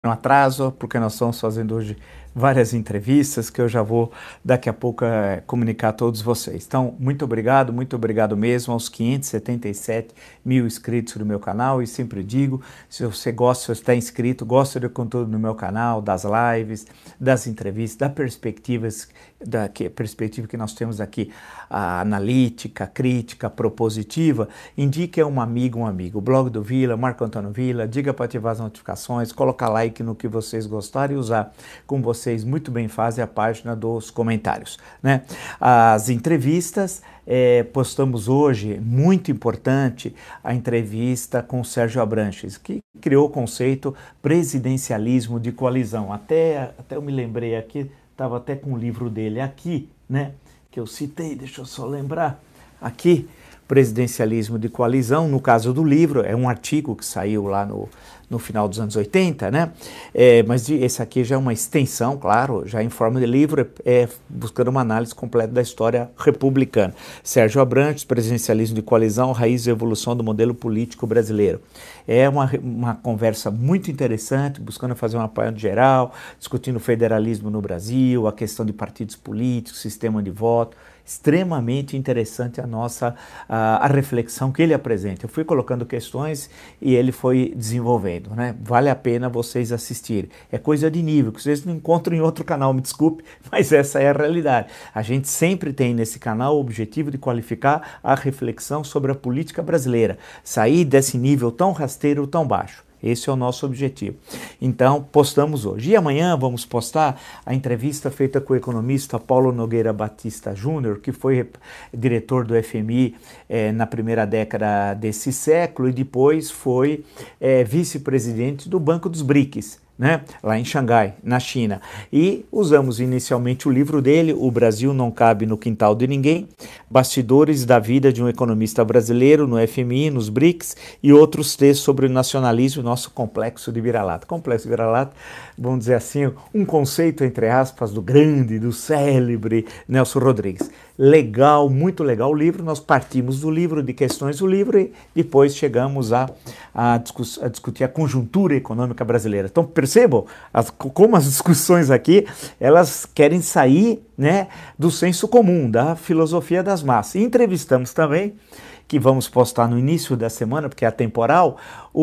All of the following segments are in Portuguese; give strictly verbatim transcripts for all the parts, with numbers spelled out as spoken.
no atraso, porque nós estamos fazendo hoje várias entrevistas que eu já vou daqui a pouco é, comunicar a todos vocês. Então, muito obrigado, muito obrigado mesmo aos quinhentos e setenta e sete mil inscritos no meu canal, e sempre digo, se você gosta, se você está inscrito, gosta do conteúdo no meu canal, das lives, das entrevistas, das perspectivas, da que, perspectiva que nós temos aqui, a analítica, crítica, propositiva, indique a um amigo, um amigo, o blog do Vila, Marco Antônio Vila, diga para ativar as notificações, colocar like no que vocês gostarem e usar como vocês vocês muito bem fazem a página dos comentários, né? As entrevistas, é, postamos hoje, muito importante, a entrevista com o Sérgio Abranches, que criou o conceito presidencialismo de coalizão. Até, até eu me lembrei aqui, estava até com o livro dele aqui, né? Que eu citei, deixa eu só lembrar, aqui, presidencialismo de coalizão, no caso do livro, é um artigo que saiu lá no, no final dos anos oitenta, né? É, mas esse aqui já é uma extensão, claro, já em forma de livro, é, buscando uma análise completa da história republicana. Sérgio Abrantes, presidencialismo de coalizão, raiz e evolução do modelo político brasileiro. É uma, uma conversa muito interessante, buscando fazer um apanhado geral, discutindo o federalismo no Brasil, a questão de partidos políticos, sistema de voto. Extremamente interessante a nossa a, a reflexão que ele apresenta. Eu fui colocando questões e ele foi desenvolvendo, né? Vale a pena vocês assistirem. É coisa de nível que vocês não encontram em outro canal, me desculpe, mas essa é a realidade. A gente sempre tem nesse canal o objetivo de qualificar a reflexão sobre a política brasileira, sair desse nível tão rasteiro, tão baixo. Esse é o nosso objetivo. Então, postamos hoje. E amanhã vamos postar a entrevista feita com o economista Paulo Nogueira Batista Júnior, que foi diretor do F M I eh, na primeira década desse século e depois foi eh, vice-presidente do Banco dos B R I C S. Né? Lá em Xangai, na China. E usamos inicialmente o livro dele, O Brasil Não Cabe no Quintal de Ninguém, Bastidores da Vida de um Economista Brasileiro no F M I, nos B R I C S, e outros textos sobre o nacionalismo e nosso complexo de vira-lata. Complexo de vira-lata, vamos dizer assim, um conceito, entre aspas, do grande, do célebre Nelson Rodrigues. Legal, muito legal o livro, nós partimos do livro, de questões do livro e depois chegamos a, a, discuss, a discutir a conjuntura econômica brasileira. Então percebam as, como as discussões aqui, elas querem sair, né, do senso comum, da filosofia das massas. E entrevistamos também, que vamos postar no início da semana, porque é atemporal,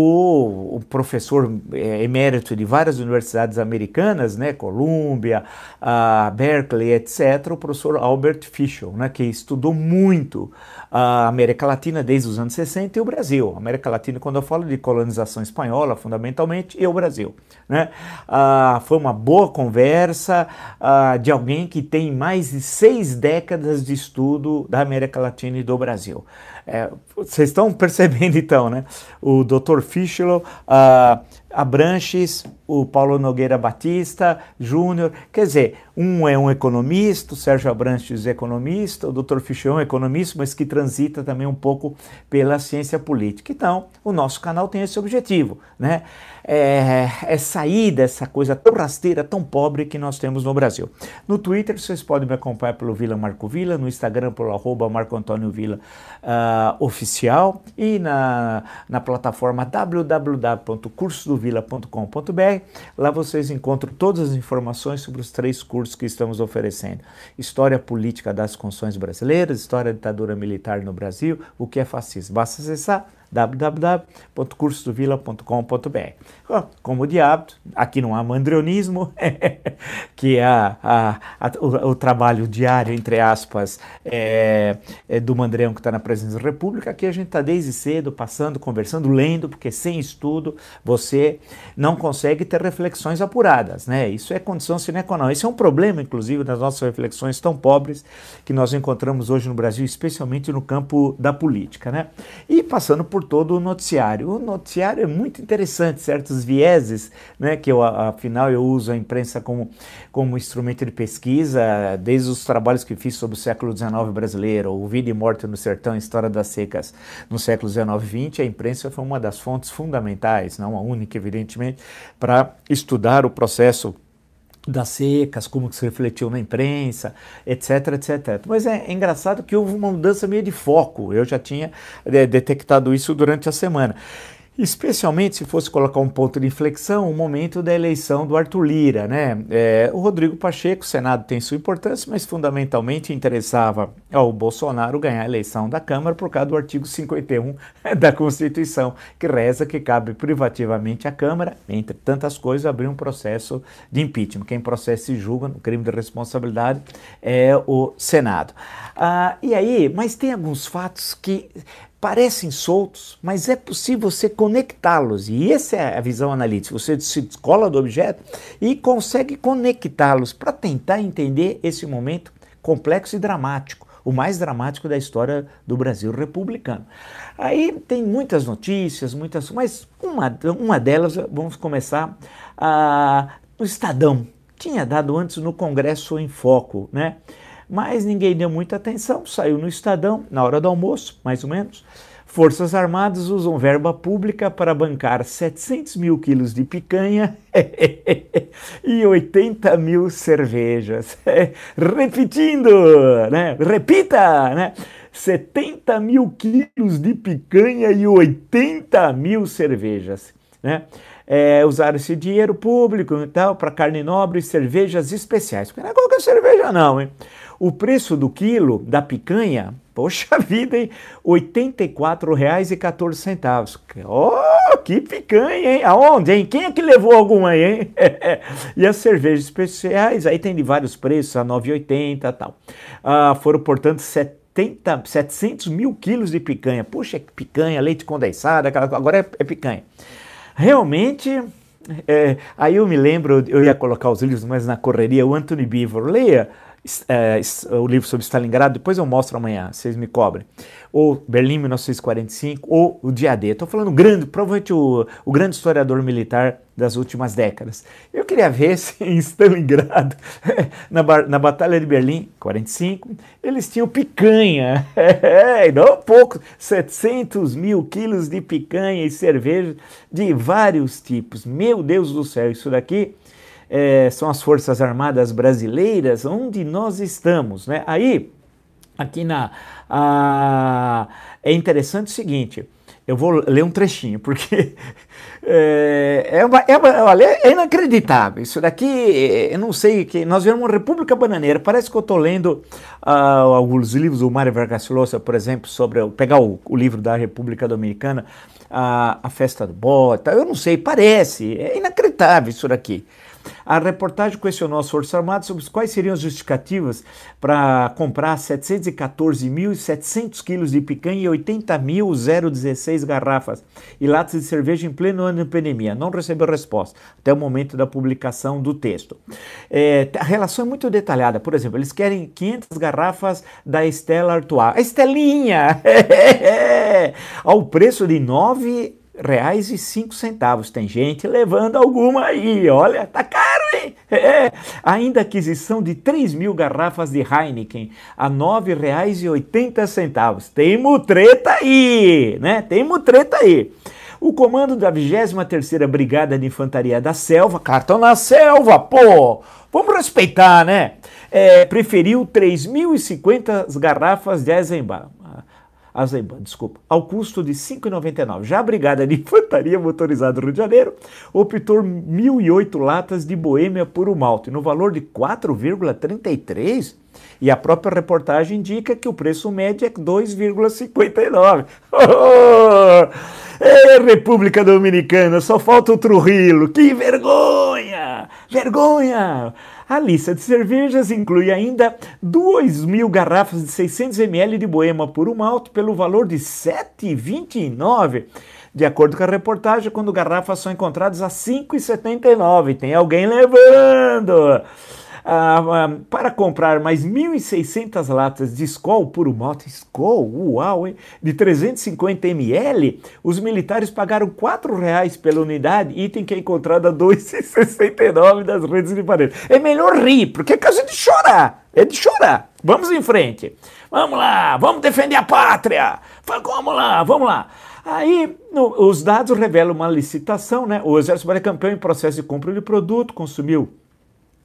o, o professor é, emérito de várias universidades americanas, né, Columbia, a Berkeley, etcétera, o professor Albert Fischel, né, que estudou muito a América Latina desde os anos sessenta e o Brasil. A América Latina, quando eu falo de colonização espanhola, fundamentalmente, e o Brasil. Né? Ah, foi uma boa conversa ah, de alguém que tem mais de seis décadas de estudo da América Latina e do Brasil. É, vocês estão percebendo então, né? O doutor Fischel, uh, Abranches, o Paulo Nogueira Batista Júnior, quer dizer, um é um economista, o Sérgio Abranches é economista, o doutor Fischel é um economista, mas que transita também um pouco pela ciência política. Então, o nosso canal tem esse objetivo, né? É, é sair dessa coisa tão rasteira, tão pobre que nós temos no Brasil. No Twitter, vocês podem me acompanhar pelo Vila Marco Vila, no Instagram pelo arroba Marco Antônio Vila uh, oficial e na, na plataforma w w w ponto curso do vila ponto com ponto b r. Lá vocês encontram todas as informações sobre os três cursos que estamos oferecendo. História política das constituições brasileiras, História da ditadura militar no Brasil, o que é fascismo. Basta acessar w w w ponto curso do vila ponto com ponto b r. Como de hábito, aqui não há mandrionismo, que é a, a, a, o, o trabalho diário, entre aspas, é, é do mandrião que está na presidência da República. Aqui a gente está desde cedo, passando, conversando, lendo, porque sem estudo você não consegue ter reflexões apuradas, né? Isso é condição sine qua non. Esse é um problema, inclusive, das nossas reflexões tão pobres que nós encontramos hoje no Brasil, especialmente no campo da política, né? E passando por todo o noticiário. O noticiário é muito interessante, certos vieses, né, que eu, afinal eu uso a imprensa como, como instrumento de pesquisa, desde os trabalhos que fiz sobre o século dezenove brasileiro, o Vida e Morte no Sertão, História das Secas no século dezenove e vinte, a imprensa foi uma das fontes fundamentais, não a única, evidentemente, para estudar o processo das secas, como que se refletiu na imprensa, etc, etcétera. Mas é, é engraçado que houve uma mudança meio de foco, eu já tinha é, detectado isso durante a semana. Especialmente se fosse colocar um ponto de inflexão, o momento da eleição do Arthur Lira, né? É, o Rodrigo Pacheco, o Senado tem sua importância, mas fundamentalmente interessava ao Bolsonaro ganhar a eleição da Câmara por causa do artigo cinquenta e um da Constituição, que reza que cabe privativamente à Câmara, entre tantas coisas, abrir um processo de impeachment. Quem processa e julga no crime de responsabilidade é o Senado. Ah, e aí, mas tem alguns fatos que parecem soltos, mas é possível você conectá-los, e essa é a visão analítica, você se descola do objeto e consegue conectá-los para tentar entender esse momento complexo e dramático, o mais dramático da história do Brasil republicano. Aí tem muitas notícias, muitas, mas uma, uma delas, vamos começar, a, o Estadão, tinha dado antes no Congresso em Foco, né? Mas ninguém deu muita atenção, saiu no Estadão, na hora do almoço, mais ou menos. Forças Armadas usam verba pública para bancar setecentos mil quilos de picanha e oitenta mil cervejas. Repetindo, né? Repita, né? setenta mil quilos de picanha e oitenta mil cervejas, né? É, usaram esse dinheiro público e tal para carne nobre e cervejas especiais. Porque não é qualquer cerveja não, hein? O preço do quilo da picanha, poxa vida, hein? oitenta e quatro reais e quatorze centavos. Oh, que picanha, hein? Aonde, hein? Quem é que levou alguma aí, hein? E as cervejas especiais, aí tem de vários preços, a nove reais e oitenta centavos e tal. Ah, foram, portanto, setenta, setecentos mil quilos de picanha. Puxa, picanha, leite condensado, agora é, é picanha. Realmente, é, aí eu me lembro, eu ia colocar os livros, mas na correria, o Anthony Beevor, leia é, o livro sobre Stalingrado, depois eu mostro amanhã, vocês me cobrem, ou Berlim mil novecentos e quarenta e cinco, ou o Dia D. Estou falando grande, provavelmente o, o grande historiador militar das últimas décadas. Eu queria ver se em Stalingrado, na, na Batalha de Berlim, quarenta e cinco, eles tinham picanha, é, não pouco, setecentos mil quilos de picanha e cerveja de vários tipos. Meu Deus do céu, isso daqui é, são as Forças Armadas Brasileiras, onde nós estamos, né? Aí, aqui na... A, é interessante o seguinte, eu vou ler um trechinho, porque é, é, uma, é, uma, olha, é inacreditável. Isso daqui, eu não sei, que nós vemos uma república bananeira. Parece que eu estou lendo uh, alguns livros do Mário Vargas Llosa, por exemplo, sobre, pegar o, o livro da República Dominicana, a, a Festa do Bota, eu não sei, parece, é inacreditável isso daqui. A reportagem questionou as Forças Armadas sobre quais seriam as justificativas para comprar setecentos e quatorze mil e setecentos quilos de picanha e oitenta mil zero dezesseis garrafas e latas de cerveja em pleno ano de pandemia. Não recebeu resposta até o momento da publicação do texto. É, a relação é muito detalhada. Por exemplo, eles querem quinhentas garrafas da Stella Artois. A Estelinha! Ao preço de nove reais e cinco centavos. Tem gente levando alguma aí, olha, tá caro, hein? É. Ainda a aquisição de três mil garrafas de Heineken a nove reais e oitenta centavos. Tem mutreta aí, né? Tem mutreta aí. O comando da vigésima terceira Brigada de Infantaria da Selva, cara, estão na selva, pô! Vamos respeitar, né? É, preferiu três mil e cinquenta garrafas de Eisenbahn. Eisenbahn, desculpa, ao custo de cinco reais e noventa e nove centavos. Já a Brigada de Infantaria Motorizada do Rio de Janeiro optou mil e oito latas de Boêmia Puro Malte, no valor de quatro vírgula trinta e três reais. E a própria reportagem indica que o preço médio é dois vírgula cinquenta e nove reais. Oh, é, República Dominicana, só falta o Trujillo. Que vergonha! Vergonha! A lista de cervejas inclui ainda duas mil garrafas de seiscentos mililitros de Boêmia Puro Malte pelo valor de sete reais e vinte e nove centavos. De acordo com a reportagem, quando garrafas são encontradas a cinco reais e setenta e nove centavos. Tem alguém levando! Ah, ah, para comprar mais mil e seiscentas latas de Skol Puro Malte, Skol, uau, hein? De trezentos e cinquenta mililitros, os militares pagaram quatro reais pela unidade, item que é encontrado a dois reais e sessenta e nove centavos das redes de parede. É melhor rir, porque é caso de chorar, é de chorar. Vamos em frente, vamos lá, vamos defender a pátria, vamos lá, vamos lá. Aí, no, os dados revelam uma licitação, né? O Exército Brasileiro é campeão em processo de compra de produto, consumiu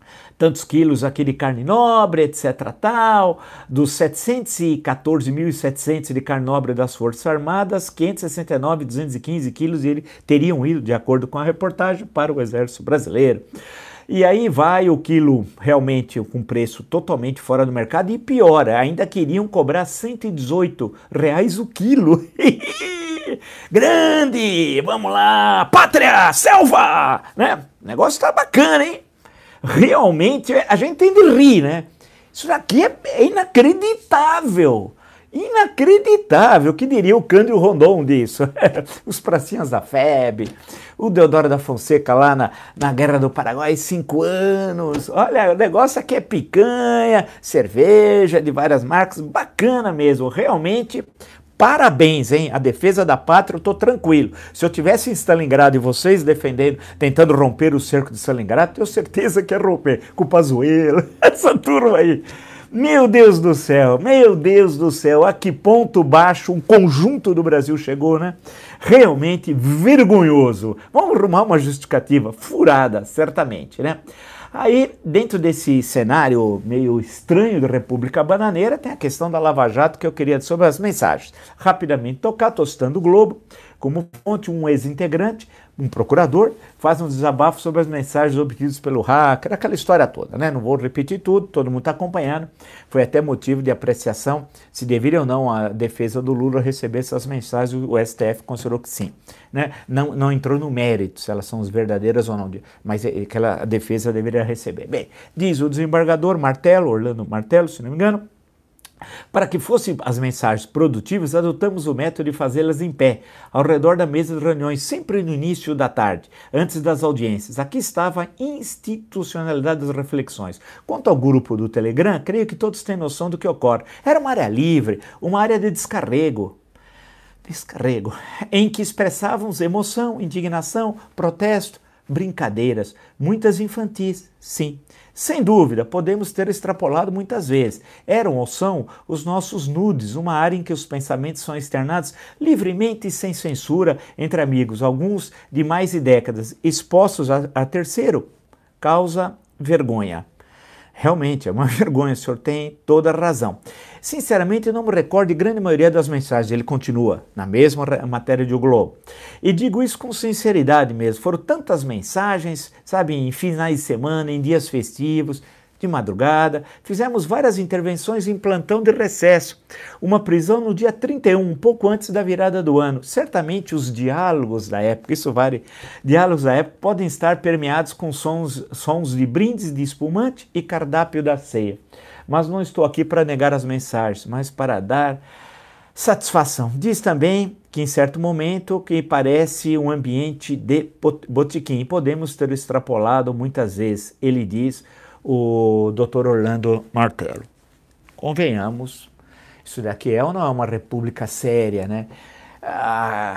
tantos quilos aqui de carne nobre, etc tal, dos setecentos e quatorze mil e setecentos de carne nobre das Forças Armadas, quinhentos e sessenta e nove mil duzentos e quinze quilos ele teriam ido, de acordo com a reportagem, para o Exército Brasileiro. E aí vai o quilo realmente com preço totalmente fora do mercado e pior, ainda queriam cobrar cento e dezoito reais o quilo. Grande, vamos lá, pátria, selva, né? O negócio tá bacana, hein? Realmente, a gente tem de rir, né? Isso daqui é, é inacreditável. Inacreditável, que diria o Cândido Rondon disso? Os pracinhas da F E B, o Deodoro da Fonseca lá na, na Guerra do Paraguai, cinco anos. Olha, o negócio aqui é picanha, cerveja de várias marcas, bacana mesmo, realmente. Parabéns, hein? A defesa da pátria, eu tô tranquilo. Se eu tivesse em Stalingrado e vocês defendendo, tentando romper o cerco de Stalingrado, tenho certeza que ia romper com o Pazuello, essa turma aí. Meu Deus do céu, meu Deus do céu, a que ponto baixo um conjunto do Brasil chegou, né? Realmente vergonhoso. Vamos arrumar uma justificativa furada, certamente, né? Aí, dentro desse cenário meio estranho da República Bananeira, tem a questão da Lava Jato que eu queria sobre as mensagens. Rapidamente tocar, estou citando o Globo, como fonte, um ex-integrante, um procurador, faz um desabafo sobre as mensagens obtidas pelo hacker, aquela história toda, né? Não vou repetir tudo, todo mundo está acompanhando. Foi até motivo de apreciação se deveria ou não a defesa do Lula receber essas mensagens, o S T F considerou que sim. Né? Não, não entrou no mérito se elas são verdadeiras ou não, mas aquela defesa deveria receber. Bem, diz o desembargador Martello, Orlando Martello, se não me engano, para que fossem as mensagens produtivas, adotamos o método de fazê-las em pé, ao redor da mesa de reuniões, sempre no início da tarde, antes das audiências. Aqui estava a institucionalidade das reflexões. Quanto ao grupo do Telegram, creio que todos têm noção do que ocorre. Era uma área livre, uma área de descarrego, descarrego, em que expressávamos emoção, indignação, protesto, brincadeiras, muitas infantis, sim. Sem dúvida, podemos ter extrapolado muitas vezes. Eram ou são os nossos nudes, uma área em que os pensamentos são externados livremente e sem censura entre amigos, alguns de mais de décadas, expostos a, a terceiro. Causa vergonha. Realmente, é uma vergonha, o senhor tem toda a razão. Sinceramente, eu não me recordo de grande maioria das mensagens, ele continua na mesma matéria de O Globo. E digo isso com sinceridade mesmo, foram tantas mensagens, sabe, em finais de semana, em dias festivos, de madrugada, fizemos várias intervenções em plantão de recesso, uma prisão no dia trinta e um, um pouco antes da virada do ano. Certamente os diálogos da época, isso vale, diálogos da época podem estar permeados com sons, sons de brindes de espumante e cardápio da ceia. Mas não estou aqui para negar as mensagens, mas para dar satisfação. Diz também que em certo momento que parece um ambiente de botequim. Podemos ter extrapolado muitas vezes, ele diz, o doutor Orlando Martello. Convenhamos, isso daqui é ou não é uma república séria, né? Ah,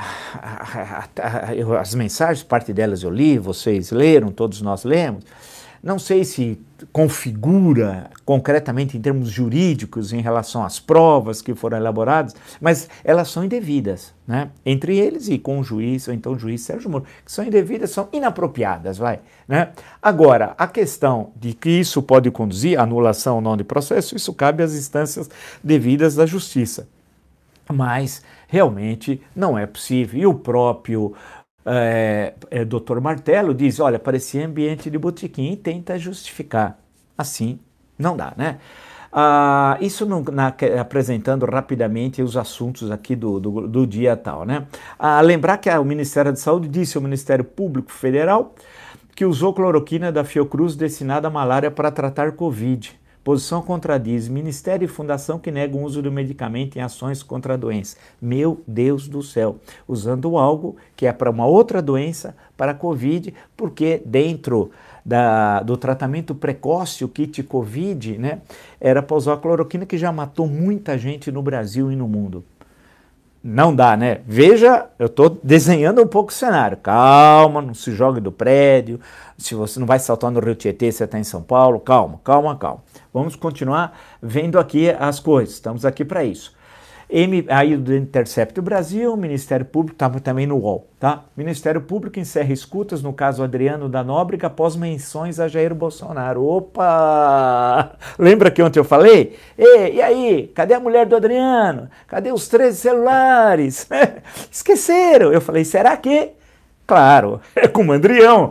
as mensagens, parte delas eu li, vocês leram, todos nós lemos. Não sei se configura concretamente em termos jurídicos em relação às provas que foram elaboradas, mas elas são indevidas, né? Entre eles e com o juiz, ou então o juiz Sérgio Moro, que são indevidas, são inapropriadas, vai, né? Agora, a questão de que isso pode conduzir à anulação ou não de processo, isso cabe às instâncias devidas da justiça. Mas, realmente, não é possível. E o próprio É, é, doutor Martello diz, olha, parecia ambiente de botequim e tenta justificar. Assim, não dá, né? Ah, isso não, na, apresentando rapidamente os assuntos aqui do, do, do dia tal, né? Ah, lembrar que a, o Ministério da Saúde disse ao Ministério Público Federal que usou cloroquina da Fiocruz destinada à malária para tratar Covid. Posição contradiz Ministério e Fundação que negam o uso do medicamento em ações contra a doença. Meu Deus do céu, usando algo que é para uma outra doença, para a Covid, porque dentro da, do tratamento precoce, o kit Covid, né, era para usar a cloroquina que já matou muita gente no Brasil e no mundo. Não dá, né? Veja, eu estou desenhando um pouco o cenário. Calma, não se jogue do prédio. Se você não vai saltar no Rio Tietê, você está em São Paulo. Calma, calma, calma. Vamos continuar vendo aqui as coisas. Estamos aqui para isso. M, aí do Intercept Brasil, o Ministério Público, estava também no U O L, tá? Ministério Público encerra escutas no caso Adriano da Nóbrega após menções a Jair Bolsonaro. Opa! Lembra que ontem eu falei? E, e aí, cadê a mulher do Adriano? Cadê os treze celulares? Esqueceram. Eu falei, será que... Claro, é com o Mandrião.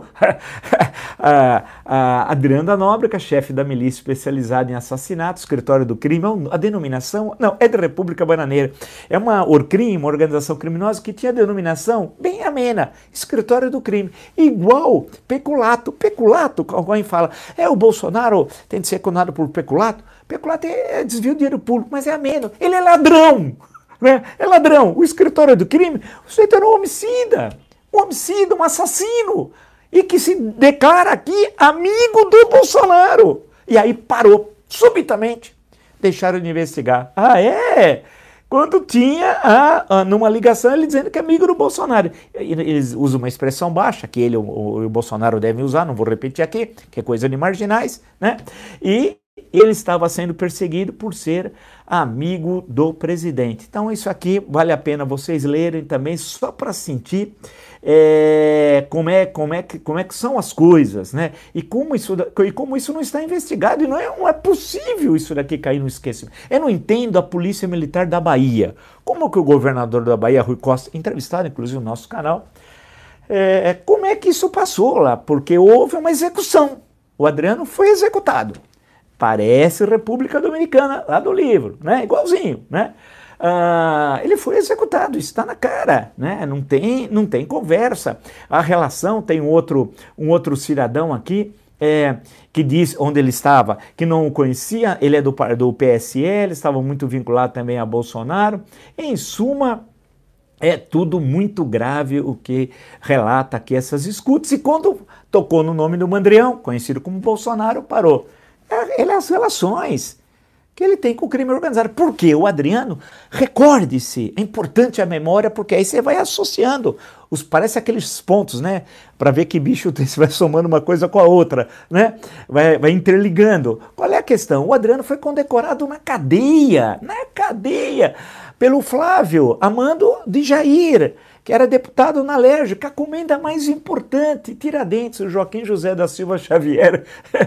a, a Adriano da Nóbrega, chefe da milícia especializada em assassinato, escritório do crime, a denominação, não, é da República Bananeira. É uma Orcrim, uma organização criminosa que tinha a denominação bem amena, escritório do crime. Igual peculato, peculato, alguém fala, é o Bolsonaro tem de ser condenado por peculato. Peculato é, é desvio de dinheiro público, mas é ameno. Ele é ladrão, né? É ladrão. O escritório do crime, o sujeito era um homicida. Um homicida, um assassino, e que se declara aqui amigo do Bolsonaro. E aí parou, subitamente, deixaram de investigar. Ah, é? Quando tinha, a, a, numa ligação, ele dizendo que é amigo do Bolsonaro. Eles usam uma expressão baixa, que ele e o, o Bolsonaro devem usar, não vou repetir aqui, que é coisa de marginais, né? E ele estava sendo perseguido por ser amigo do presidente. Então isso aqui vale a pena vocês lerem também, só para sentir é, como, é, como, é que, como é que são as coisas, né? E como isso, e como isso não está investigado, e não é, não é possível isso daqui cair no esquecimento. Eu não entendo a Polícia Militar da Bahia. Como que o governador da Bahia, Rui Costa, entrevistado inclusive no nosso canal, é, como é que isso passou lá? Porque houve uma execução. O Adriano foi executado. Parece República Dominicana, lá do livro, né? Igualzinho, né? Ah, ele foi executado, isso está na cara, né? Não tem, não tem conversa. A relação, tem um outro, um outro cidadão aqui, é, que diz onde ele estava, que não o conhecia, ele é do, do P S L, estava muito vinculado também a Bolsonaro. Em suma, é tudo muito grave o que relata aqui essas escutas, e quando tocou no nome do Mandrião, conhecido como Bolsonaro, parou. É, as relações que ele tem com o crime organizado. Porque o Adriano, recorde-se, é importante a memória, porque aí você vai associando, os, parece aqueles pontos, né? Para ver que bicho tem, você vai somando uma coisa com a outra, né? Vai, vai interligando. Qual é a questão? O Adriano foi condecorado na cadeia, na cadeia, pelo Flávio Amando de Jair, que era deputado na Alerj, que a comenda mais importante, Tiradentes, o Joaquim José da Silva Xavier,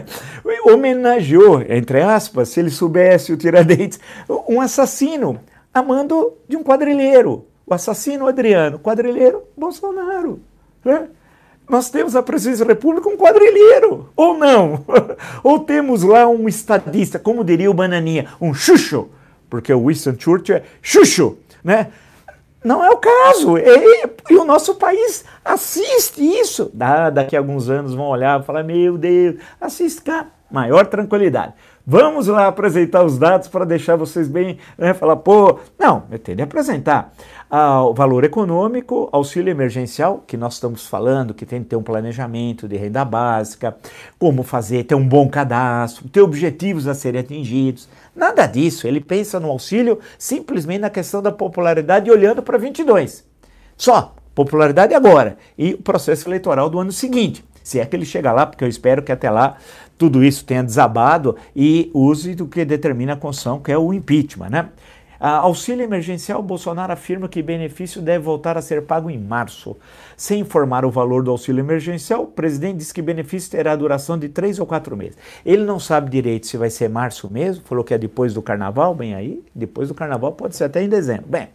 homenageou, entre aspas, se ele soubesse o Tiradentes, um assassino, amando de um quadrilheiro. O assassino Adriano, quadrilheiro Bolsonaro. Né? Nós temos a presidência da República um quadrilheiro, ou não? Ou temos lá um estadista, como diria o Bananinha, um chucho, porque o Winston Churchill é chucho, né? Não é o caso, e, e o nosso país assiste isso. Da, daqui a alguns anos vão olhar e falar, meu Deus, assiste cá, maior tranquilidade. Vamos lá apresentar os dados para deixar vocês bem, né, falar, pô, não, eu tenho de apresentar. Ah, o valor econômico, auxílio emergencial, que nós estamos falando, que tem que ter um planejamento de renda básica, como fazer, ter um bom cadastro, ter objetivos a serem atingidos. Nada disso, ele pensa no auxílio simplesmente na questão da popularidade olhando para vinte e dois. Só, popularidade agora e o processo eleitoral do ano seguinte. Se é que ele chega lá, porque eu espero que até lá tudo isso tenha desabado e use do que determina a Constituição, que é o impeachment, né? Ah, auxílio emergencial, Bolsonaro afirma que benefício deve voltar a ser pago em março. Sem informar o valor do auxílio emergencial, o presidente diz que benefício terá duração de três ou quatro meses. Ele não sabe direito se vai ser março mesmo, falou que é depois do carnaval, bem aí, depois do carnaval pode ser até em dezembro. Bem,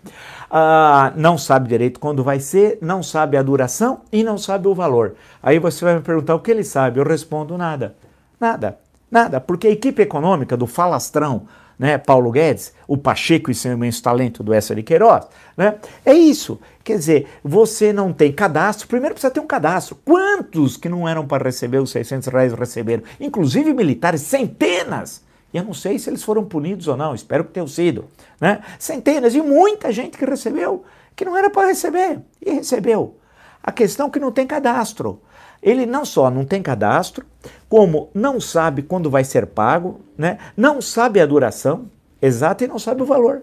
ah, não sabe direito quando vai ser, não sabe a duração e não sabe o valor. Aí você vai me perguntar o que ele sabe, eu respondo nada, nada, nada, porque a equipe econômica do falastrão, né, Paulo Guedes, o Pacheco e seu imenso talento do Essa de Queiroz, né, é isso. Quer dizer, você não tem cadastro, primeiro precisa ter um cadastro. Quantos que não eram para receber os seiscentos reais receberam? Inclusive militares, centenas. E eu não sei se eles foram punidos ou não, espero que tenham sido. Né? Centenas e muita gente que recebeu, que não era para receber, e recebeu. A questão é que não tem cadastro. Ele não só não tem cadastro, como não sabe quando vai ser pago, né? Não sabe a duração exata e não sabe o valor.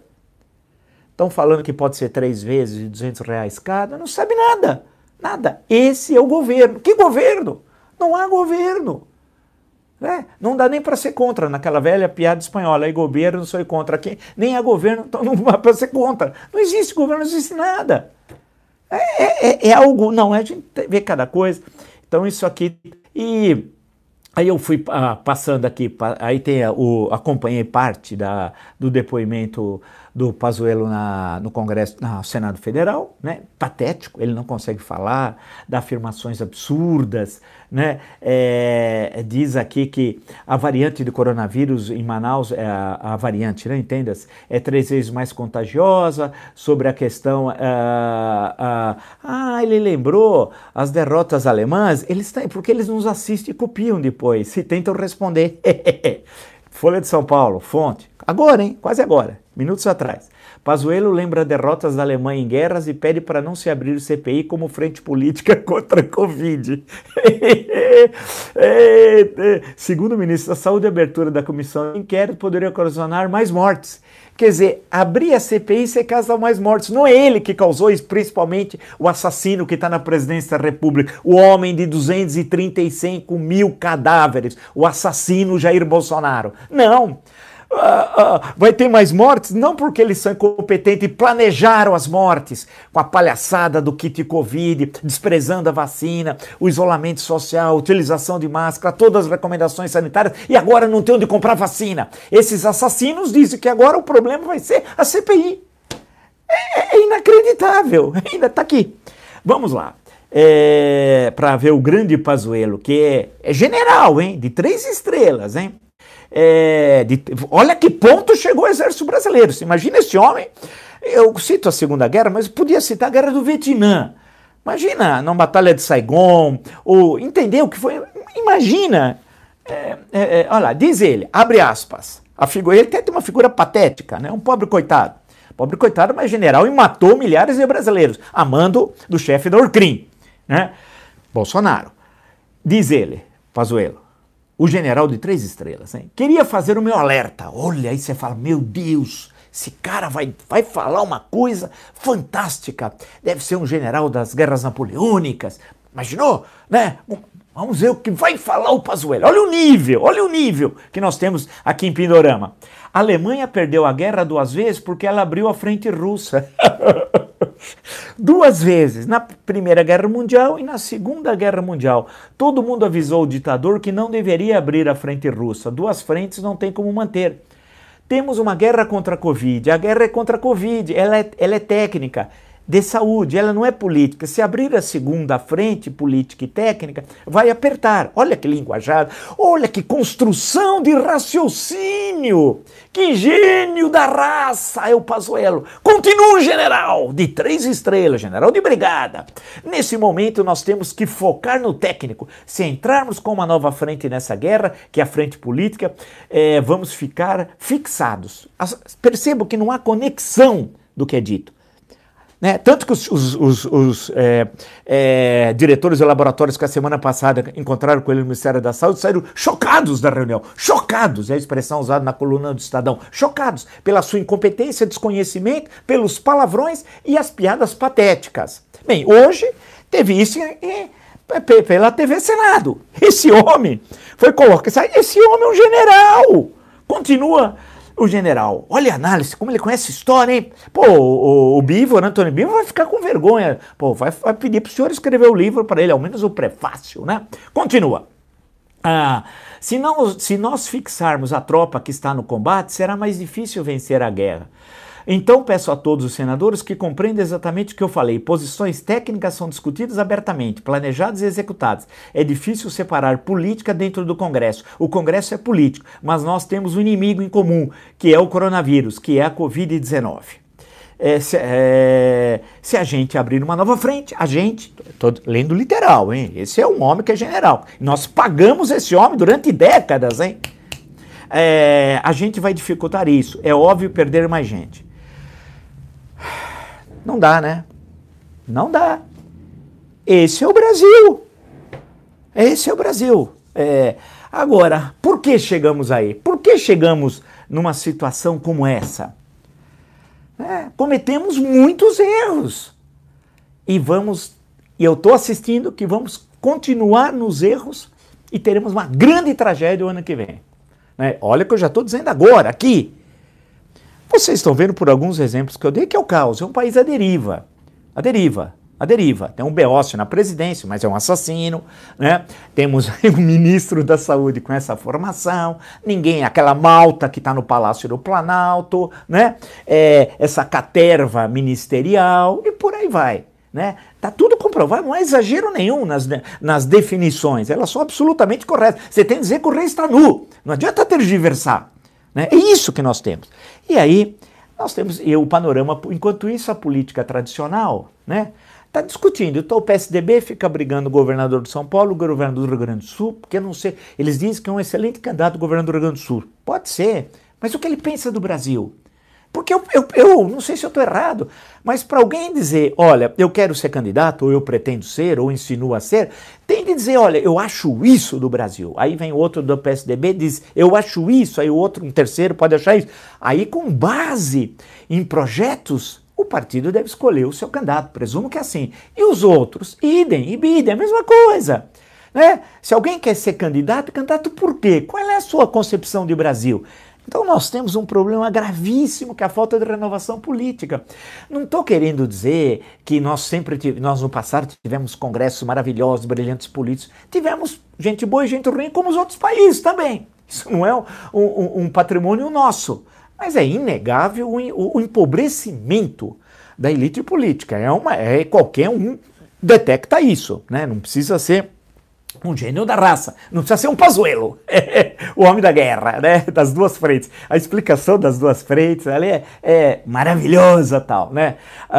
Estão falando que pode ser três vezes de duzentos reais cada, não sabe nada, nada. Esse é o governo. Que governo? Não há governo. É, não dá nem para ser contra, naquela velha piada espanhola, aí governo, não sou contra aqui, nem é governo, então não dá para ser contra. Não existe governo, não existe nada. É, é, é algo, não, a gente vê cada coisa. Então isso aqui, e aí eu fui ah, passando aqui, aí tem a, o, acompanhei parte da, do depoimento do Pazuello na, no Congresso, no Senado Federal, né? Patético, ele não consegue falar, dá afirmações absurdas, né? É, diz aqui que a variante do coronavírus em Manaus, é a, a variante, né? Entenda-se, é três vezes mais contagiosa, sobre a questão, ah, ah, ah, ele lembrou as derrotas alemãs, eles têm, porque eles nos assistem e copiam depois, e tentam responder. Folha de São Paulo, fonte, agora, hein? Quase agora, minutos atrás. Pazuello lembra derrotas da Alemanha em guerras e pede para não se abrir C P I como frente política contra a Covid. Segundo o ministro da Saúde, a abertura da comissão de inquérito poderia ocasionar mais mortes. Quer dizer, abrir a C P I você causa mais mortes. Não é ele que causou isso, principalmente o assassino que está na presidência da República, o homem de duzentos e trinta e cinco mil cadáveres, o assassino Jair Bolsonaro. Não. Uh, uh, vai ter mais mortes? Não porque eles são incompetentes e planejaram as mortes com a palhaçada do kit Covid, desprezando a vacina, o isolamento social, a utilização de máscara, todas as recomendações sanitárias e agora não tem onde comprar vacina. Esses assassinos dizem que agora o problema vai ser a C P I. É, é inacreditável, ainda está aqui. Vamos lá. É, para ver o grande Pazuello, que é, é general, hein, de três estrelas, hein? É, de, olha que ponto chegou o exército brasileiro. Você imagina esse homem, eu cito a Segunda Guerra, mas podia citar a Guerra do Vietnã. Imagina, na Batalha de Saigon, ou entendeu o que foi? Imagina, é, é, é, olha lá, diz ele, abre aspas, a figura, ele tem uma figura patética, né? Um pobre coitado, pobre coitado, mas general, e matou milhares de brasileiros, a mando do chefe da Orcrim, né? Bolsonaro. Diz ele, Pazuello, o general de três estrelas, hein? Queria fazer o meu alerta. Olha, aí você fala, meu Deus, esse cara vai, vai falar uma coisa fantástica. Deve ser um general das guerras napoleônicas. Imaginou? Né? Vamos ver o que vai falar o Pazuello. Olha o nível, olha o nível que nós temos aqui em Pindorama. A Alemanha perdeu a guerra duas vezes porque ela abriu a frente russa. Duas vezes, na Primeira Guerra Mundial e na Segunda Guerra Mundial. Todo mundo avisou o ditador que não deveria abrir a frente russa. Duas frentes não tem como manter. Temos uma guerra contra a Covid. A guerra é contra a Covid, ela é, ela é técnica, de saúde, ela não é política. Se abrir a segunda frente, política e técnica, vai apertar. Olha que linguajar, olha que construção de raciocínio, que gênio da raça é o Pazuello. Continua, general, de três estrelas, general de brigada. Nesse momento nós temos que focar no técnico. Se entrarmos com uma nova frente nessa guerra, que é a frente política, é, vamos ficar fixados. As, percebo que não há conexão do que é dito. Né? Tanto que os, os, os, os é, é, diretores de laboratórios que a semana passada encontraram com ele no Ministério da Saúde saíram chocados da reunião. Chocados, é a expressão usada na coluna do Estadão. Chocados pela sua incompetência, desconhecimento, pelos palavrões e as piadas patéticas. Bem, hoje teve isso em, em, pela T V Senado. Esse homem foi colocado. Esse homem é um general. Continua o general. Olha a análise, como ele conhece a história, hein? Pô, o, o, o Bivo, né, Antônio Bivo, vai ficar com vergonha. Pô, vai, vai pedir para o senhor escrever o livro para ele, ao menos o prefácio, né? Continua. Ah, se, não, se nós fixarmos a tropa que está no combate, será mais difícil vencer a guerra. Então peço a todos os senadores que compreendam exatamente o que eu falei. Posições técnicas são discutidas abertamente, planejadas e executadas. É difícil separar política dentro do Congresso. O Congresso é político, mas nós temos um inimigo em comum, que é o coronavírus, que é a covid dezenove. É, se, é, se a gente abrir uma nova frente, a gente, estou lendo literal, hein? Esse é um homem que é general. Nós pagamos esse homem durante décadas, hein? É, a gente vai dificultar isso. É óbvio perder mais gente. Não dá, né? Não dá. Esse é o Brasil. Esse é o Brasil. É, agora, por que chegamos aí? Por que chegamos numa situação como essa? É, cometemos muitos erros. E vamos, e eu estou assistindo que vamos continuar nos erros E teremos uma grande tragédia o ano que vem. Né? Olha o que eu já estou dizendo agora, aqui. Vocês estão vendo por alguns exemplos que eu dei que é o caos. É um país à deriva. À deriva. A deriva. Tem um Beócio na presidência, mas é um assassino, né? Temos um ministro da Saúde com essa formação, ninguém, aquela malta que está no Palácio do Planalto, né? É, essa caterva ministerial e por aí vai, né? Tá tudo comprovado, não há exagero nenhum nas, nas definições, elas são absolutamente corretas. Você tem que dizer que o rei está nu, não adianta tergiversar, né? É isso que nós temos. E aí, nós temos e o panorama, enquanto isso a política tradicional, né? Está discutindo, então o P S D B fica brigando o governador de São Paulo, o governador do Rio Grande do Sul, porque eu não sei, eles dizem que é um excelente candidato governador do Rio Grande do Sul. Pode ser, mas o que ele pensa do Brasil? Porque eu, eu, eu não sei se eu estou errado, mas para alguém dizer, olha, eu quero ser candidato, ou eu pretendo ser, ou insinua ser, tem de dizer, olha, eu acho isso do Brasil. Aí vem outro do P S D B e diz, eu acho isso, aí o outro, um terceiro pode achar isso. Aí com base em projetos, o partido deve escolher o seu candidato, presumo que é assim. E os outros, idem e bidem, a mesma coisa. Né? Se alguém quer ser candidato, candidato por quê? Qual é a sua concepção de Brasil? Então nós temos um problema gravíssimo que é a falta de renovação política. Não estou querendo dizer que nós sempre, tivemos, nós no passado tivemos congressos maravilhosos, brilhantes políticos. Tivemos gente boa e gente ruim como os outros países também. Isso não é um, um, um patrimônio nosso. Mas é inegável o, o empobrecimento da elite política. É uma, é, qualquer um detecta isso, né? Não precisa ser um gênio da raça, não precisa ser um Pazuello, o homem da guerra, né? Das duas frentes. A explicação das duas frentes ali é, é maravilhosa, tal, né?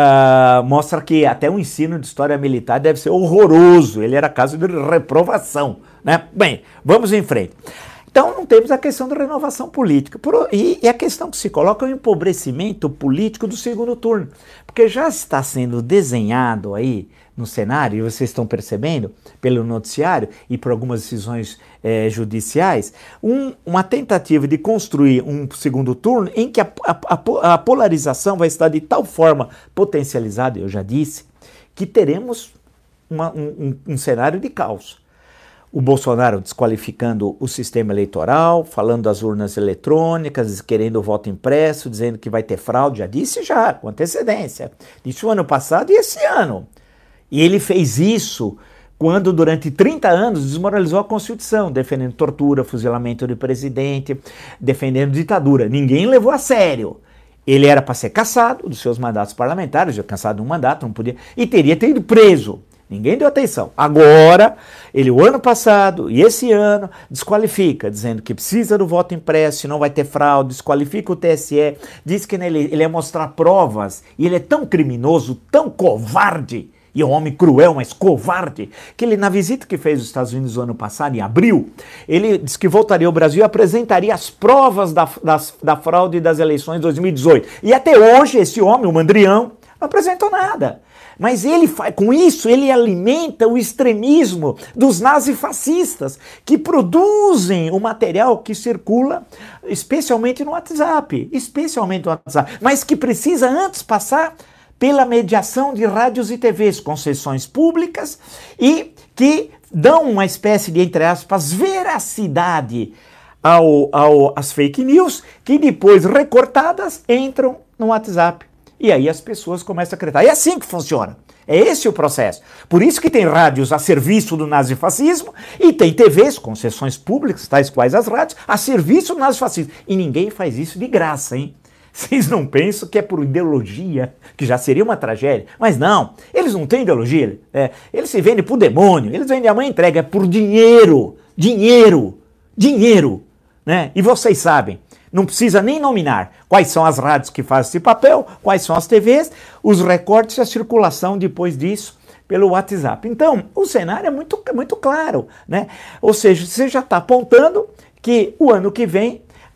Uh, mostra que até o ensino de história militar deve ser horroroso. Ele era caso de reprovação, né? Bem, vamos em frente. Então não temos a questão da renovação política. Por, e, e a questão que se coloca é o empobrecimento político do segundo turno. Porque já está sendo desenhado aí no cenário, e vocês estão percebendo, pelo noticiário e por algumas decisões eh, judiciais, um, uma tentativa de construir um segundo turno em que a, a, a polarização vai estar de tal forma potencializada, eu já disse, que teremos uma, um, um, um cenário de caos. O Bolsonaro desqualificando o sistema eleitoral, falando das urnas eletrônicas, querendo o voto impresso, dizendo que vai ter fraude, já disse já, com antecedência. Disse o ano passado e esse ano. E ele fez isso quando durante trinta anos desmoralizou a Constituição, defendendo tortura, fuzilamento do presidente, defendendo ditadura. Ninguém levou a sério. Ele era para ser cassado dos seus mandatos parlamentares, já cansado de um mandato, não podia, e teria sido preso. Ninguém deu atenção. Agora, ele o ano passado e esse ano desqualifica, dizendo que precisa do voto impresso, não vai ter fraude, desqualifica o T S E, diz que ele, ele ia mostrar provas, e ele é tão criminoso, tão covarde, e é um homem cruel, mas covarde, que ele, na visita que fez aos Estados Unidos no ano passado, em abril, ele disse que voltaria ao Brasil e apresentaria as provas da, das, da fraude das eleições de dois mil e dezoito. E até hoje, esse homem, o Mandrião, não apresentou nada. Mas ele faz, com isso, ele alimenta o extremismo dos nazifascistas, que produzem o material que circula, especialmente no WhatsApp, especialmente no WhatsApp, mas que precisa antes passar pela mediação de rádios e T Vs, concessões públicas, e que dão uma espécie de, entre aspas, veracidade ao, ao, às fake news, que depois, recortadas, entram no WhatsApp. E aí as pessoas começam a acreditar. É assim que funciona. É esse o processo. Por isso que tem rádios a serviço do nazifascismo e tem T Vs, concessões públicas, tais quais as rádios, a serviço do nazifascismo. E ninguém faz isso de graça, hein? Vocês não pensam que é por ideologia, que já seria uma tragédia. Mas não, eles não têm ideologia. É, eles se vendem por demônio, eles vendem a mãe entrega, é por dinheiro, dinheiro, dinheiro. Né? E vocês sabem, não precisa nem nominar quais são as rádios que fazem esse papel, quais são as T Vs, os recortes e a circulação depois disso pelo WhatsApp. Então, o cenário é muito, muito claro. Né? Ou seja, você já está apontando que o ano que vem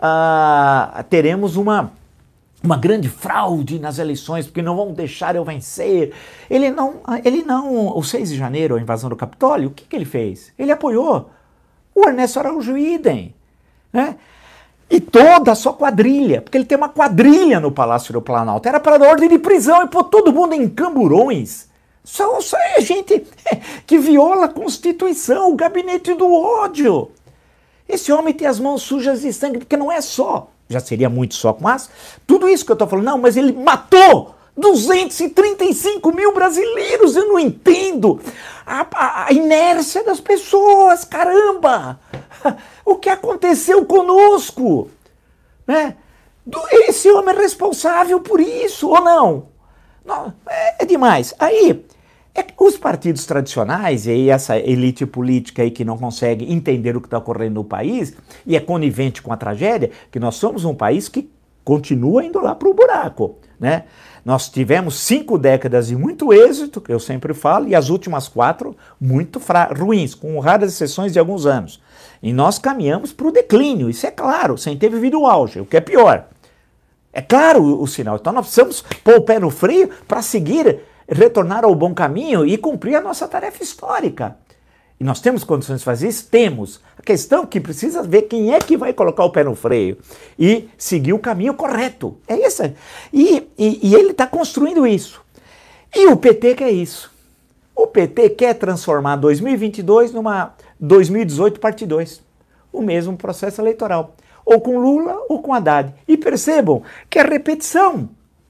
ah, teremos uma... uma grande fraude nas eleições, porque não vão deixar eu vencer. Ele não, ele não, o seis de janeiro, a invasão do Capitólio, o que, que ele fez? Ele apoiou o Ernesto Araújo Idem, né? E toda a sua quadrilha, porque ele tem uma quadrilha no Palácio do Planalto. Era para dar ordem de prisão e pôr todo mundo em camburões, Só, só é gente que viola a Constituição, o gabinete do ódio. Esse homem tem as mãos sujas de sangue, porque não é só, já seria muito só, mas tudo isso que eu estou falando, não, mas ele matou duzentos e trinta e cinco mil brasileiros, eu não entendo a, a, a inércia das pessoas, caramba! O que aconteceu conosco? Né? Esse homem é responsável por isso, ou não? Não, é, é demais. Aí, é, os partidos tradicionais e essa elite política aí que não consegue entender o que está ocorrendo no país e é conivente com a tragédia, que nós somos um país que continua indo lá para o buraco, né? Nós tivemos cinco décadas de muito êxito, que eu sempre falo, e as últimas quatro muito ruins, com raras exceções de alguns anos. E nós caminhamos para o declínio, isso é claro, sem ter vivido o auge, o que é pior. É claro o, o sinal. Então nós precisamos pôr o pé no freio para seguir, retornar ao bom caminho e cumprir a nossa tarefa histórica. E nós temos condições de fazer isso? Temos. A questão é que precisa ver quem é que vai colocar o pé no freio e seguir o caminho correto. É isso. E, e, e ele está construindo isso. E o P T quer isso. O P T quer transformar dois mil e vinte e dois numa dois mil e dezoito parte dois. O mesmo processo eleitoral. Ou com Lula ou com Haddad. E percebam que é repetição.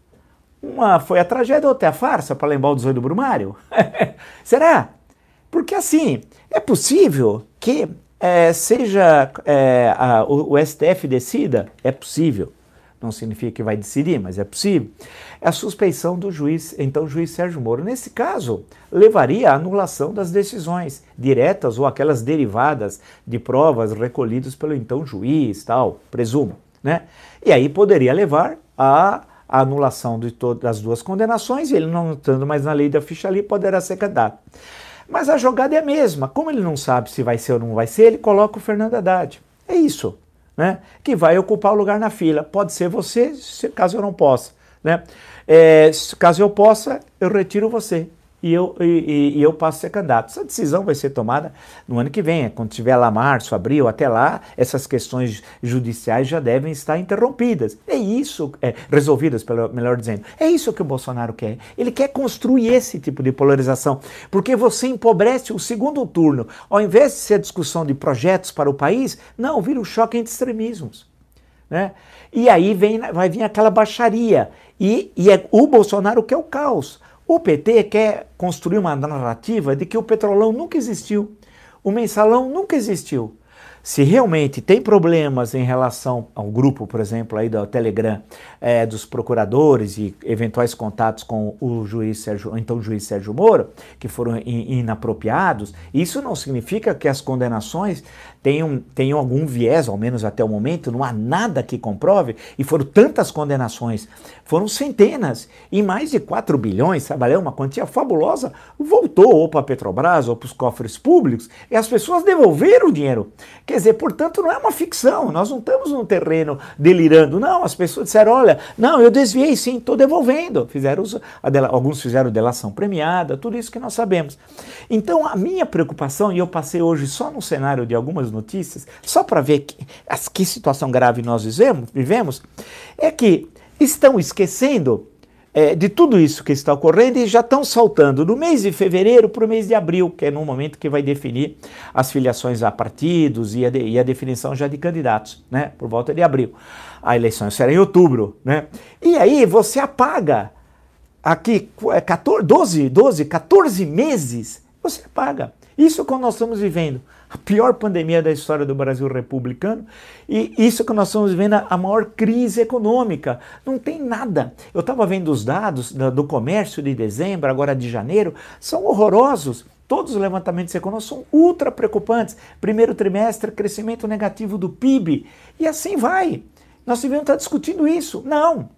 Uma foi a tragédia, outra é a farsa, para lembrar o dezoito do Brumário. Será? Porque assim, é possível que é, seja é, a, o, o S T F decida, é possível, não significa que vai decidir, mas é possível, é a suspeição do juiz, então o juiz Sérgio Moro. Nesse caso, levaria à anulação das decisões diretas ou aquelas derivadas de provas recolhidas pelo então juiz, tal, presumo, né? E aí poderia levar a a anulação de todas as duas condenações, e ele não estando mais na lei da ficha ali, poderá ser candidato. Mas a jogada é a mesma. Como ele não sabe se vai ser ou não vai ser, ele coloca o Fernando Haddad. É isso, né? Que vai ocupar o lugar na fila. Pode ser você, caso eu não possa, né? É, caso eu possa, eu retiro você. E eu, e, e eu passo a ser candidato. Essa decisão vai ser tomada no ano que vem, quando tiver lá março, abril, até lá, essas questões judiciais já devem estar interrompidas. É isso, é, resolvidas, pelo, melhor dizendo. É isso que o Bolsonaro quer. Ele quer construir esse tipo de polarização, porque você empobrece o segundo turno. Ao invés de ser a discussão de projetos para o país, não, vira um choque entre extremismos. Né? E aí vem, vai vir aquela baixaria. E, e é o Bolsonaro que é o caos. O P T quer construir uma narrativa de que o petrolão nunca existiu, o mensalão nunca existiu. Se realmente tem problemas em relação ao grupo, por exemplo, aí do Telegram, é, dos procuradores e eventuais contatos com o juiz Sérgio, então o juiz Sérgio Moro, que foram in, inapropriados, isso não significa que as condenações tenham, tenham algum viés, ao menos até o momento, não há nada que comprove, e foram tantas condenações, foram centenas, e mais de quatro bilhões, sabe, é uma quantia fabulosa, voltou ou para a Petrobras ou para os cofres públicos, e as pessoas devolveram o dinheiro. Quer dizer, portanto, não é uma ficção, nós não estamos num terreno delirando, não, as pessoas disseram, olha, não, eu desviei sim, estou devolvendo, fizeram a dela, alguns fizeram delação premiada, tudo isso que nós sabemos. Então, a minha preocupação, e eu passei hoje só no cenário de algumas notícias, só para ver que, que situação grave nós vivemos, vivemos, é que estão esquecendo É, de tudo isso que está ocorrendo e já estão saltando do mês de fevereiro para o mês de abril, que é no momento que vai definir as filiações a partidos e a, de, e a definição já de candidatos, né, por volta de abril. A eleição será em outubro, né? E aí você apaga aqui quatorze, doze, doze, quatorze meses, você apaga. Isso é o que nós estamos vivendo. A pior pandemia da história do Brasil republicano, e isso que nós estamos vivendo, a maior crise econômica. Não tem nada. Eu estava vendo os dados do comércio de dezembro, agora de janeiro, são horrorosos. Todos os levantamentos econômicos são ultra preocupantes. Primeiro trimestre, crescimento negativo do P I B. E assim vai. Nós devemos estar discutindo isso. Não.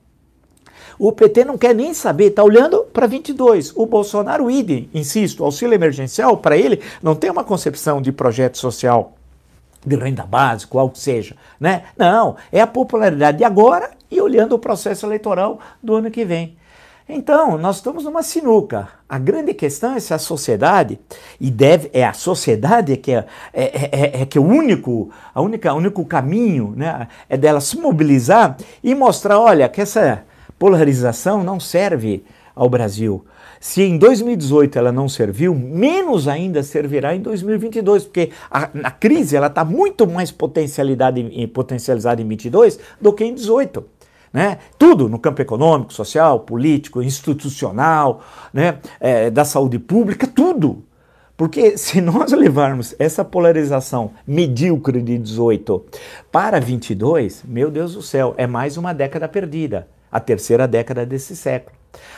O P T não quer nem saber, está olhando para vinte e dois. O Bolsonaro, idem, insisto, auxílio emergencial, para ele, não tem uma concepção de projeto social, de renda básica, algo que seja, né? Não, é a popularidade de agora e olhando o processo eleitoral do ano que vem. Então, nós estamos numa sinuca. A grande questão é se a sociedade, e deve, é a sociedade que é, é, é, é que é o único, a única, o único caminho, né, é dela se mobilizar e mostrar, olha, que essa polarização não serve ao Brasil. Se em dois mil e dezoito ela não serviu, menos ainda servirá em dois mil e vinte e dois, porque a, a crise está muito mais potencializada em, potencializada em vinte e dois do que em dezoito. Né? Tudo no campo econômico, social, político, institucional, né? É, da saúde pública, tudo. Porque se nós levarmos essa polarização medíocre de dezoito para vinte e dois, meu Deus do céu, é mais uma década perdida, a terceira década desse século.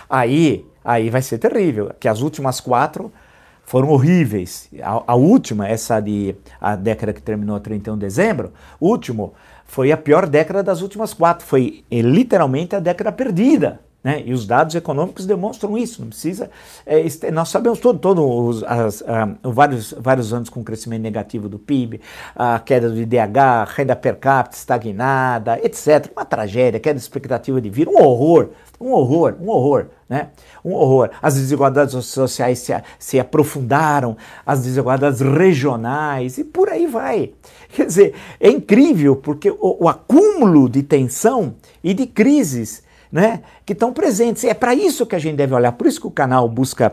Aí, aí vai ser terrível, que as últimas quatro foram horríveis. A, a última, essa de a década que terminou a trinta e um de dezembro, último, foi a pior década das últimas quatro, foi é, literalmente a década perdida. Né? E os dados econômicos demonstram isso, não precisa, é, nós sabemos todos todo as, a, vários, vários anos com crescimento negativo do P I B, a queda do I D H, renda per capita estagnada, etcétera. Uma tragédia, queda de expectativa de vida, um horror, um horror, um horror, né? Um horror. As desigualdades sociais se, se aprofundaram, as desigualdades regionais e por aí vai. Quer dizer, é incrível porque o, o acúmulo de tensão e de crises, né, que estão presentes. É para isso que a gente deve olhar, por isso que o canal busca,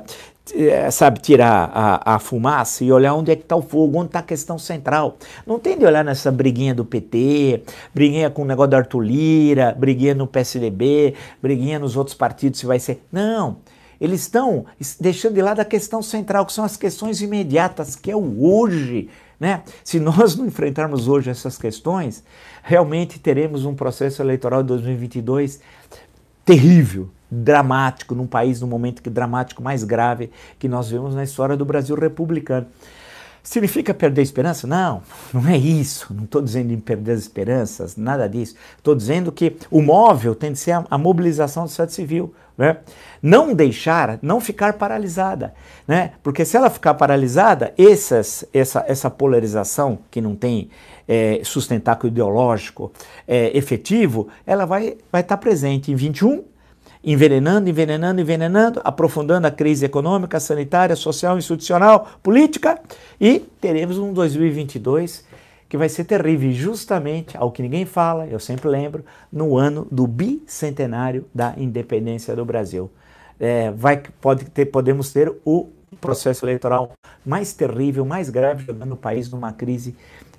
sabe, tirar a, a fumaça e olhar onde é que está o fogo, onde está a questão central. Não tem de olhar nessa briguinha do P T, briguinha com o negócio da Arthur Lira, briguinha no P S D B, briguinha nos outros partidos se vai ser... Não, eles estão deixando de lado a questão central, que são as questões imediatas, que é o hoje. Né? Se nós não enfrentarmos hoje essas questões, realmente teremos um processo eleitoral de dois mil e vinte e dois terrível, dramático, num país, num momento que, dramático mais grave que nós vemos na história do Brasil republicano. Significa perder a esperança? Não, não é isso. Não estou dizendo em perder as esperanças, nada disso. Estou dizendo que o móvel tem de ser a, a mobilização da sociedade civil. Né? Não deixar, não ficar paralisada. Né? Porque se ela ficar paralisada, essas, essa, essa polarização que não tem é, sustentáculo ideológico é, efetivo, ela vai vai estar presente em vinte e um, envenenando, envenenando, envenenando, aprofundando a crise econômica, sanitária, social, institucional, política, e teremos um dois mil e vinte e dois que vai ser terrível, justamente, ao que ninguém fala, eu sempre lembro, no ano do bicentenário da independência do Brasil. É, vai, pode ter, podemos ter o processo eleitoral mais terrível, mais grave, jogando o país numa crise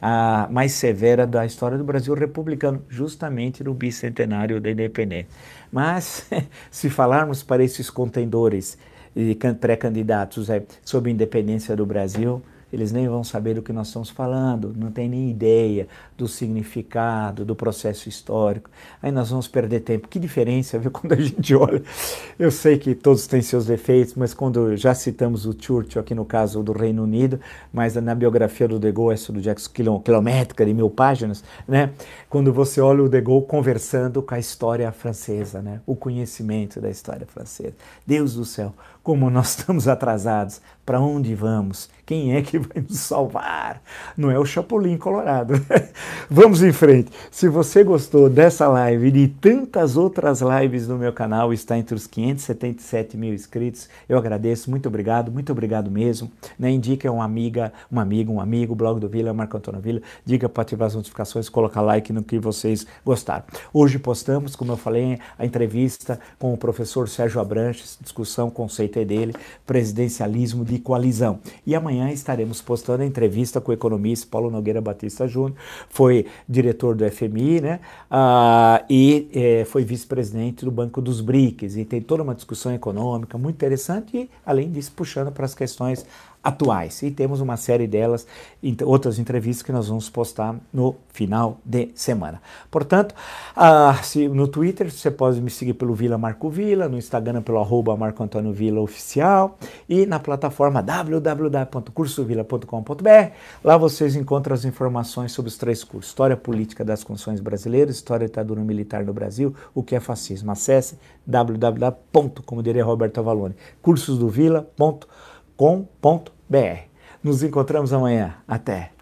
a mais severa da história do Brasil republicano, justamente no bicentenário da independência. Mas, se falarmos para esses contendores e pré-candidatos é, sobre a independência do Brasil, eles nem vão saber do que nós estamos falando, não tem nem ideia do significado, do processo histórico. Aí nós vamos perder tempo. Que diferença, viu, quando a gente olha. Eu sei que todos têm seus defeitos, mas quando já citamos o Churchill, aqui no caso do Reino Unido, mas na biografia do De Gaulle, essa do Jackson, quilométrica, de mil páginas, né? Quando você olha o De Gaulle conversando com a história francesa, né? O conhecimento da história francesa. Deus do céu, como nós estamos atrasados. Para onde vamos? Quem é que vai nos salvar? Não é o Chapolin Colorado. Vamos em frente. Se você gostou dessa live e de tantas outras lives no meu canal, está entre os quinhentos e setenta e sete mil inscritos, eu agradeço, muito obrigado, muito obrigado mesmo. Né? Indica uma amiga, um amigo, um amigo, blog do Vila, Marco Antônio Vila, diga para ativar as notificações, colocar like no que vocês gostaram. Hoje postamos, como eu falei, a entrevista com o professor Sérgio Abranches, discussão, conceito é dele, presidencialismo de coalizão. E amanhã estaremos postando a entrevista com o economista Paulo Nogueira Batista Júnior, foi diretor do F M I, né? Ah, e eh, foi vice-presidente do Banco dos B R I Cs, e tem toda uma discussão econômica muito interessante e, além disso, puxando para as questões atuais. E temos uma série delas, outras entrevistas que nós vamos postar no final de semana. Portanto, ah, se, no Twitter você pode me seguir pelo Vila Marco Vila, no Instagram pelo arroba Marco Antônio Vila Oficial e na plataforma w w w ponto curso vila ponto com ponto b r. Lá vocês encontram as informações sobre os três cursos: História Política das Constituições Brasileiras, História da Ditadura Militar no Brasil, o que é fascismo. Acesse w w w ponto, como diria Roberto Avalone, cursosdovila ponto com ponto b r. Nos encontramos amanhã. Até!